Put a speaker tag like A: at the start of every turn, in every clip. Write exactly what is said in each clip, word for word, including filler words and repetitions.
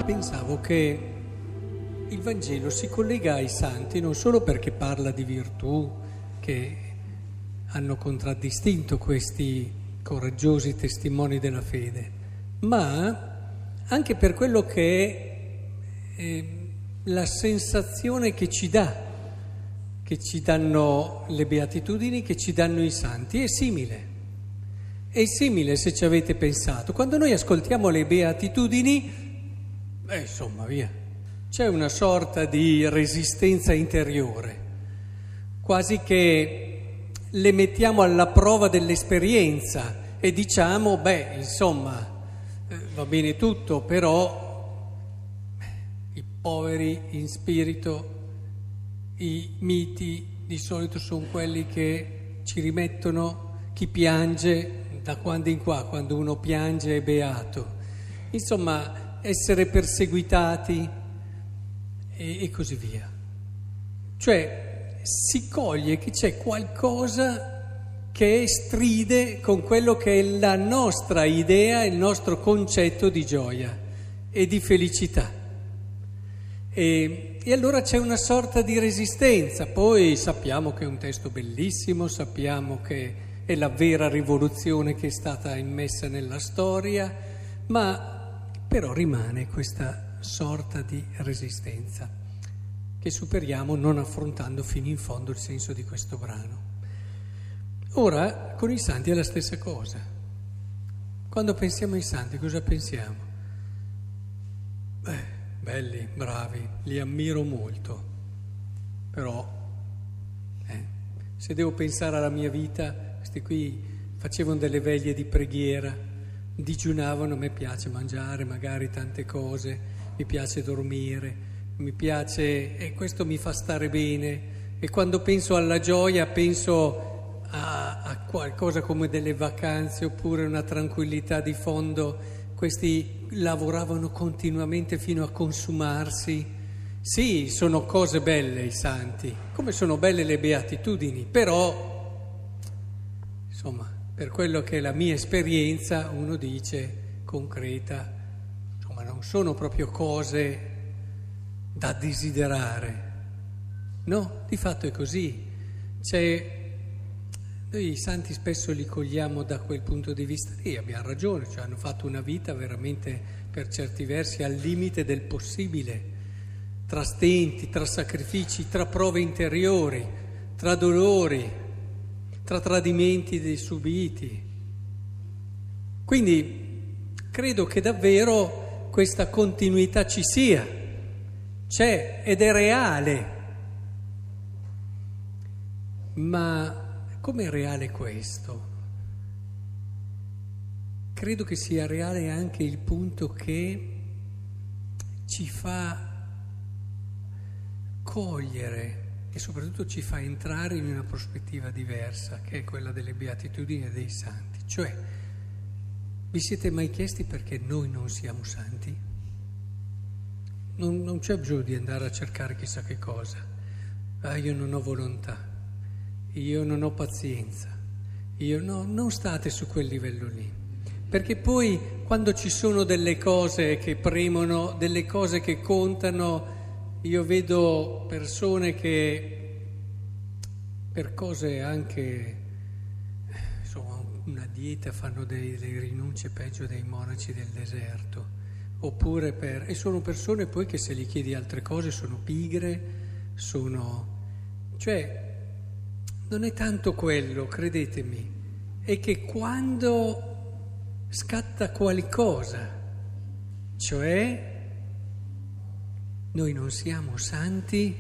A: Pensavo che il Vangelo si collega ai santi non solo perché parla di virtù che hanno contraddistinto questi coraggiosi testimoni della fede, ma anche per quello che è eh, la sensazione che ci dà, che ci danno le beatitudini, che ci danno i santi. È simile, è simile se ci avete pensato. Quando noi ascoltiamo le beatitudini, beh, insomma, via, c'è una sorta di resistenza interiore, quasi che le mettiamo alla prova dell'esperienza e diciamo, beh, insomma, eh, va bene tutto, però i poveri in spirito, i miti di solito sono quelli che ci rimettono chi piange da quando in qua, quando uno piange è beato. Insomma, essere perseguitati e, e così via. Cioè si coglie che c'è qualcosa che stride con quello che è la nostra idea, il nostro concetto di gioia e di felicità. E, e allora c'è una sorta di resistenza. Poi sappiamo che è un testo bellissimo, sappiamo che è la vera rivoluzione che è stata immessa nella storia, ma però rimane questa sorta di resistenza che superiamo non affrontando fino in fondo il senso di questo brano. Ora, con i santi è la stessa cosa. Quando pensiamo ai santi, cosa pensiamo? Beh, belli, bravi, li ammiro molto, però eh, se devo pensare alla mia vita, questi qui facevano delle veglie di preghiera, digiunavano, a me piace mangiare magari tante cose, mi piace dormire, mi piace, e questo mi fa stare bene, e quando penso alla gioia penso a, a qualcosa come delle vacanze oppure una tranquillità di fondo. Questi lavoravano continuamente fino a consumarsi. Sì, sono cose belle i santi, come sono belle le beatitudini, però insomma, per quello che è la mia esperienza, uno dice, concreta, insomma, non sono proprio cose da desiderare. No, di fatto è così. C'è, noi i santi spesso li cogliamo da quel punto di vista lì, abbiamo ragione, cioè hanno fatto una vita veramente per certi versi al limite del possibile, tra stenti, tra sacrifici, tra prove interiori, tra dolori, tra tradimenti dei subiti. Quindi credo che davvero questa continuità ci sia, c'è ed è reale. Ma com'è reale questo? Credo che sia reale anche il punto che ci fa cogliere e soprattutto ci fa entrare in una prospettiva diversa, che è quella delle beatitudini e dei santi. Cioè, vi siete mai chiesti perché noi non siamo santi? Non, non c'è bisogno di andare a cercare chissà che cosa. Ah, io non ho volontà, io non ho pazienza, io no, non state su quel livello lì. Perché poi quando ci sono delle cose che premono, delle cose che contano, io vedo persone che per cose anche, insomma, una dieta fanno dei, delle rinunce peggio dei monaci del deserto, oppure per, e sono persone poi che se gli chiedi altre cose sono pigre, sono, cioè non è tanto quello, credetemi, è che quando scatta qualcosa, cioè noi non siamo santi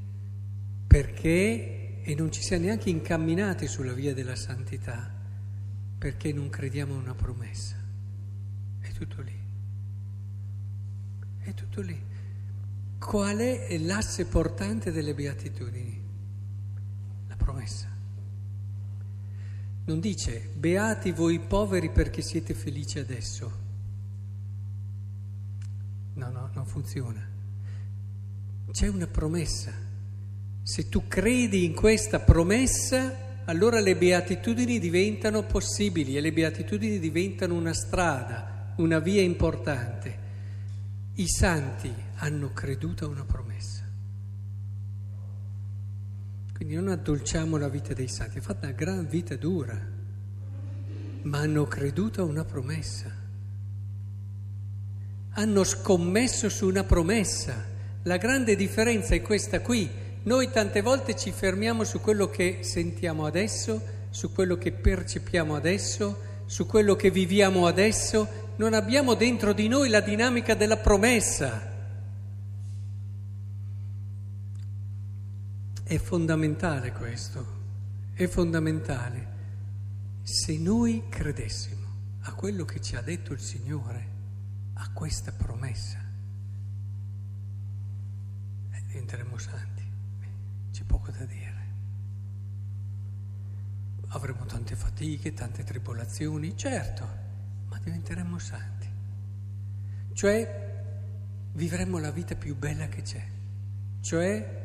A: perché, e non ci siamo neanche incamminati sulla via della santità, perché non crediamo a una promessa. È tutto lì. È tutto lì. Qual è l'asse portante delle beatitudini? La promessa. Non dice, beati voi poveri perché siete felici adesso. No, no, non funziona. C'è una promessa. Se tu credi in questa promessa, allora le beatitudini diventano possibili e le beatitudini diventano una strada, una via importante. I santi hanno creduto a una promessa. Quindi non addolciamo la vita dei santi, è fatta una gran vita dura, ma hanno creduto a una promessa. Hanno scommesso su una promessa. La grande differenza è questa qui. Noi tante volte ci fermiamo su quello che sentiamo adesso, su quello che percepiamo adesso, su quello che viviamo adesso. Non abbiamo dentro di noi la dinamica della promessa. È fondamentale questo, è fondamentale. Se noi credessimo a quello che ci ha detto il Signore, a questa promessa, eh, diventeremo santi, c'è poco da dire. Avremo tante fatiche, tante tribolazioni, certo, ma diventeremo santi. Cioè, vivremo la vita più bella che c'è, cioè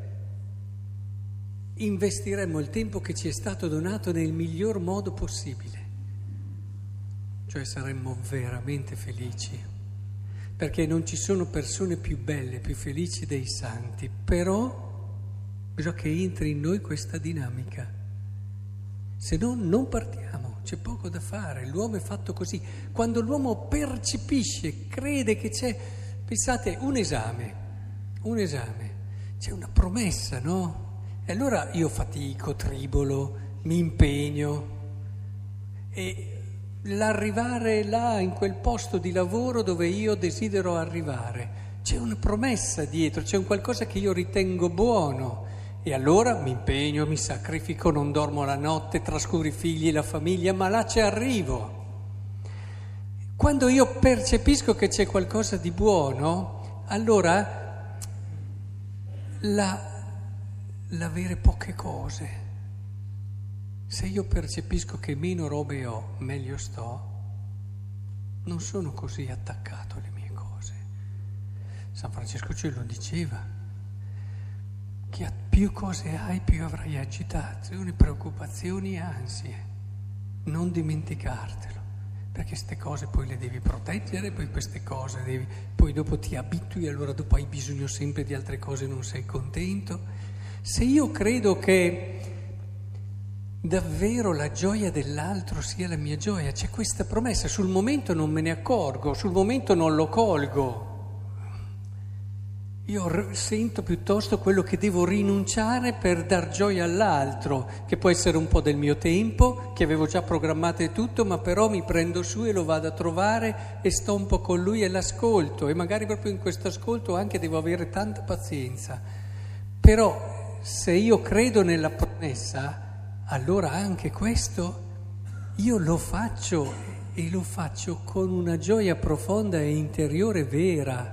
A: investiremo il tempo che ci è stato donato nel miglior modo possibile, cioè saremmo veramente felici, perché non ci sono persone più belle, più felici dei santi, però bisogna che entri in noi questa dinamica, se no non partiamo, c'è poco da fare, l'uomo è fatto così. Quando l'uomo percepisce, crede che c'è, pensate, un esame, un esame, c'è una promessa, no? E allora io fatico, tribolo, mi impegno e l'arrivare là in quel posto di lavoro dove io desidero arrivare, c'è una promessa dietro, c'è un qualcosa che io ritengo buono e allora mi impegno, mi sacrifico, non dormo la notte, trascuro i figli, la famiglia, ma là ci arrivo. Quando io percepisco che c'è qualcosa di buono, allora la l'avere poche cose, se io percepisco che meno robe ho, meglio sto, non sono così attaccato alle mie cose. San Francesco ce lo diceva, che più cose hai, più avrai agitazioni, preoccupazioni e ansie. Non dimenticartelo, perché queste cose poi le devi proteggere, poi queste cose devi, poi dopo ti abitui, allora dopo hai bisogno sempre di altre cose e non sei contento. Se io credo che davvero la gioia dell'altro sia la mia gioia, c'è questa promessa, sul momento non me ne accorgo, sul momento non lo colgo. Io sento piuttosto quello che devo rinunciare per dar gioia all'altro, che può essere un po' del mio tempo, che avevo già programmato e tutto, ma però mi prendo su e lo vado a trovare e sto un po' con lui e l'ascolto, e magari proprio in questo ascolto anche devo avere tanta pazienza. Però se io credo nella promessa, allora anche questo io lo faccio e lo faccio con una gioia profonda e interiore vera,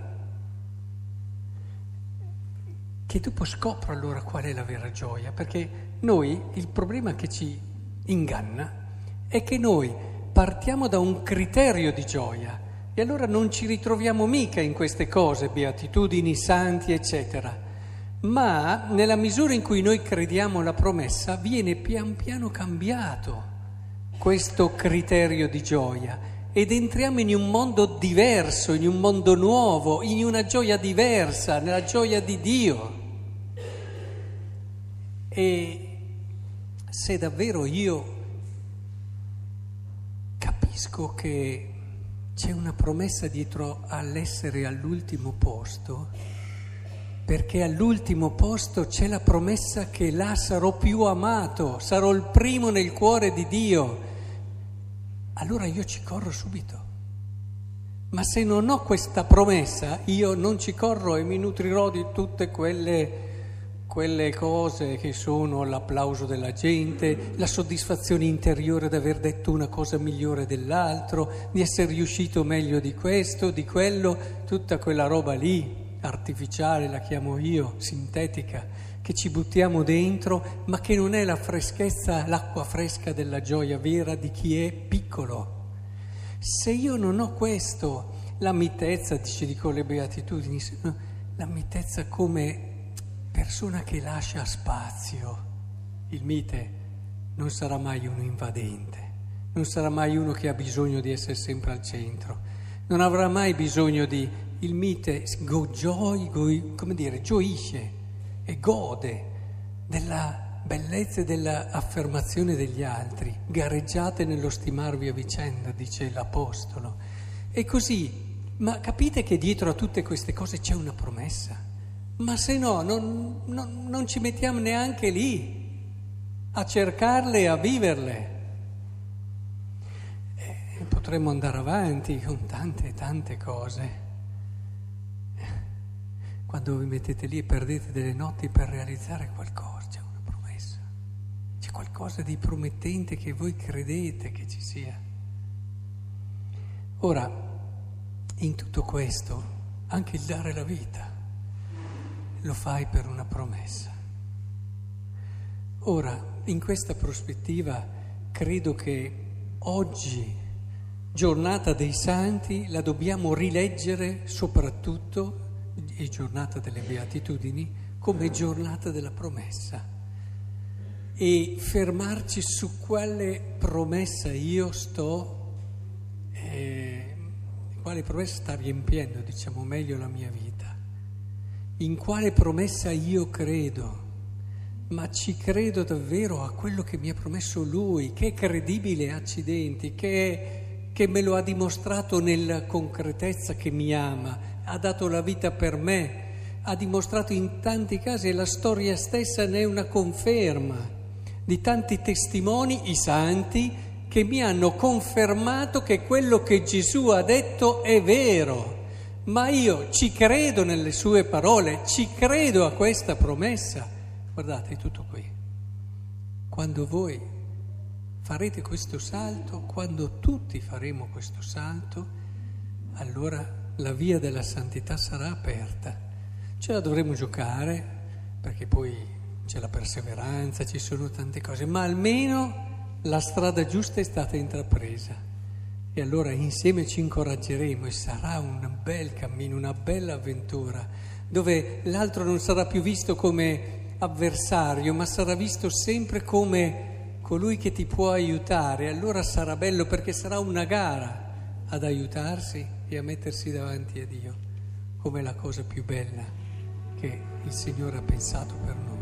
A: che dopo scopro allora qual è la vera gioia, perché noi, il problema che ci inganna è che noi partiamo da un criterio di gioia e allora non ci ritroviamo mica in queste cose, beatitudini, santi, eccetera. Ma nella misura in cui noi crediamo alla promessa viene pian piano cambiato questo criterio di gioia ed entriamo in un mondo diverso, in un mondo nuovo, in una gioia diversa, nella gioia di Dio. E se davvero io capisco che c'è una promessa dietro all'essere all'ultimo posto, perché all'ultimo posto c'è la promessa che là sarò più amato, sarò il primo nel cuore di Dio, allora io ci corro subito. Ma se non ho questa promessa, io non ci corro e mi nutrirò di tutte quelle, quelle cose che sono l'applauso della gente, la soddisfazione interiore di aver detto una cosa migliore dell'altro, di essere riuscito meglio di questo, di quello, tutta quella roba lì. Artificiale la chiamo io, sintetica, che ci buttiamo dentro, ma che non è la freschezza, l'acqua fresca della gioia vera di chi è piccolo. Se io non ho questo, la mitezza, dice dico le beatitudini, la mitezza come persona che lascia spazio. Il mite non sarà mai uno invadente, non sarà mai uno che ha bisogno di essere sempre al centro, non avrà mai bisogno di il mite go joy, go, come dire, gioisce e gode della bellezza e dell'affermazione degli altri. Gareggiate nello stimarvi a vicenda, dice l'Apostolo. E così, ma capite che dietro a tutte queste cose c'è una promessa? Ma se no, non, non, non ci mettiamo neanche lì a cercarle e a viverle. E potremmo andare avanti con tante, tante cose. Quando vi mettete lì e perdete delle notti per realizzare qualcosa, c'è una promessa. C'è qualcosa di promettente che voi credete che ci sia. Ora, in tutto questo, anche il dare la vita lo fai per una promessa. Ora, in questa prospettiva, credo che oggi, giornata dei santi, la dobbiamo rileggere soprattutto, e giornata delle beatitudini, come giornata della promessa, e fermarci su quale promessa io sto, eh, quale promessa sta riempiendo, diciamo meglio, la mia vita, in quale promessa io credo, ma ci credo davvero a quello che mi ha promesso Lui, che è credibile, accidenti, che, è, che me lo ha dimostrato nella concretezza, che mi ama, ha dato la vita per me, ha dimostrato in tanti casi, e la storia stessa ne è una conferma, di tanti testimoni, i santi, che mi hanno confermato che quello che Gesù ha detto è vero. Ma io ci credo nelle sue parole, ci credo a questa promessa. Guardate, è tutto qui. Quando voi farete questo salto, quando tutti faremo questo salto, allora la via della santità sarà aperta. Ce la dovremo giocare, perché poi c'è la perseveranza, ci sono tante cose, ma almeno la strada giusta è stata intrapresa. E allora insieme ci incoraggeremo e sarà un bel cammino, una bella avventura, dove l'altro non sarà più visto come avversario, ma sarà visto sempre come colui che ti può aiutare. Allora sarà bello, perché sarà una gara ad aiutarsi e a mettersi davanti a Dio, come la cosa più bella che il Signore ha pensato per noi.